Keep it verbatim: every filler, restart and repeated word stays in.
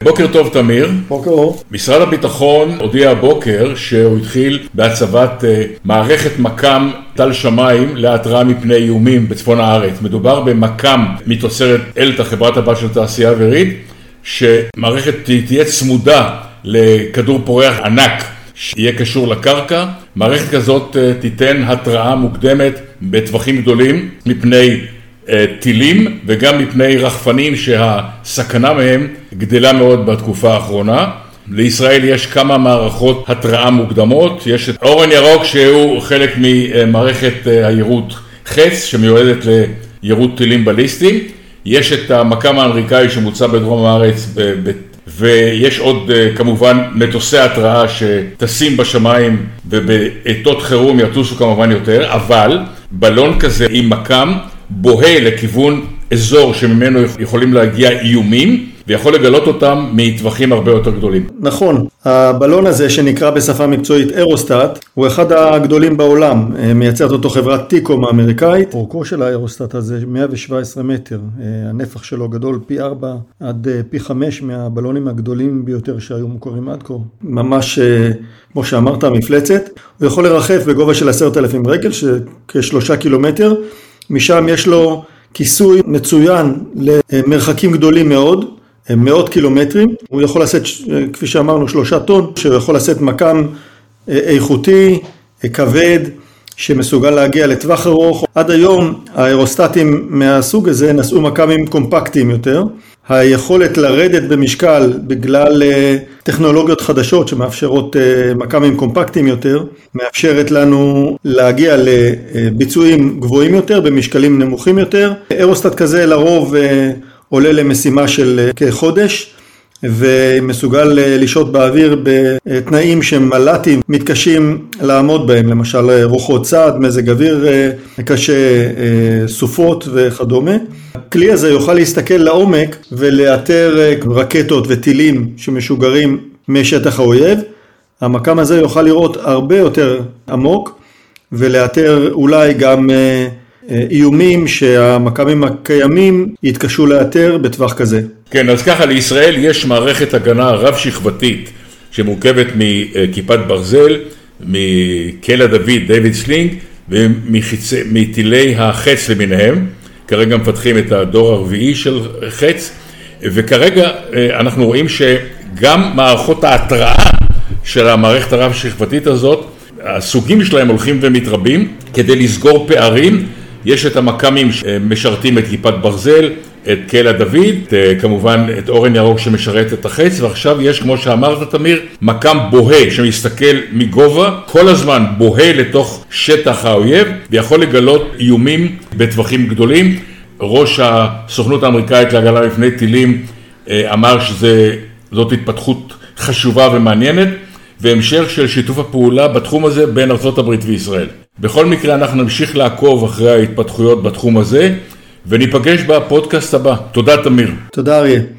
בוקר טוב תמיר. בוקר אור. משרד הביטחון הודיע הבוקר שהוא התחיל בהצבת מערכת מקם תל שמיים להתראה מפני איומים בצפון הארץ. מדובר במקם מתוצרת אלתא, חברת הבת של תעשייה אווירית, שמערכת תהיה צמודה לכדור פורח ענק שיהיה קשור לקרקע. מערכת כזאת תיתן התראה מוקדמת בטווחים גדולים מפני טילים וגם מפני רחפנים שהסכנה מהם גדלה מאוד בתקופה האחרונה. לישראל יש כמה מערכות התראה מוקדמות. יש את אורן ירוק שהוא חלק ממערכת היירוט חץ שמיועדת ליירוט טילים בליסטיים. יש את המקם האמריקאי שמוצא בדרום הארץ ב- ויש עוד כמובן מטוסי התראה שטסים בשמיים ובעתות חירום יטוסו כמובן יותר, אבל בלון כזה עם מקם בוהה לכיוון אזור שממנו יכולים להגיע איומים ויכול לגלות אותם מטווחים הרבה יותר גדולים. נכון, הבלון הזה שנקרא בשפה מקצועית אירוסטאט הוא אחד הגדולים בעולם, מייצרת אותו חברת טיקום האמריקאית. אורכו של האירוסטאט הזה מאה שבע עשרה מטר, הנפח שלו גדול פי ארבע עד פי חמש מהבלונים הגדולים ביותר שהיו מוכרים עד כה. ממש כמו שאמרת מפלצת, הוא יכול לרחף בגובה של עשרת אלפים רגל, שכשלושה קילומטר, משם יש לו כיסוי מצוין למרחקים גדולים מאוד, מאות קילומטרים. הוא יכול לשאת, כפי שאמרנו, שלושה טון, שהוא יכול לשאת מקם איכותי, כבד, שמסוגל להגיע לטווח ארוך. עד היום האירוסטטים מהסוג הזה נשאו מקמים קומפקטיים יותר. היכולת לרדת במשקל בגלל טכנולוגיות חדשות שמאפשרות מקמים קומפקטיים יותר, מאפשרת לנו להגיע לביצועים גבוהים יותר, במשקלים נמוכים יותר. אירוסטט כזה לרוב עולה למשימה של כחודש, ומסוגל לשהות באוויר בתנאים שמל"טים מתקשים לעמוד בהם, למשל רוחות צד, מזג אוויר קשה, סופות וכדומה. הכלי הזה יוכל להסתכל לעומק ולאתר רקטות וטילים שמשוגרים משטח האויב. המקם הזה יוכל לראות הרבה יותר עמוק ולאתר אולי גם איומים שהמקמים הקיימים יתקשו לאתר בטווח כזה. כן, אז ככה לישראל יש מערכת הגנה רב שכבתית שמורכבת מכיפת ברזל, מקלע דוד, דיוויד סלינג, ומטילי החץ למיניהם. כרגע מפתחים את הדור הרביעי של חץ, וכרגע אנחנו רואים שגם מערכות ההתראה של המערכת הרב שכבתית הזאת, הסוגים שלהם הולכים ומתרבים כדי לסגור פערים. יש את המקמים שמשרתים את כיפת ברזל, את קלע דוד, את, כמובן את אורן ירוק שמשרת את החץ, ועכשיו יש, כמו שאמרת תמיר, מקם בוהה שמסתכל מגובה, כל הזמן בוהה לתוך שטח האויב, ויכול לגלות איומים בטווחים גדולים. ראש הסוכנות האמריקאית להגנה מפני טילים אמר שזאת התפתחות חשובה ומעניינת, והמשך של שיתוף הפעולה בתחום הזה בין ארצות הברית וישראל. בכל מקרה אנחנו נמשיך לעקוב אחרי ההתפתחויות בתחום הזה, וניפגש בפודקאסט הבא. תודה תמיר. תודה אריה.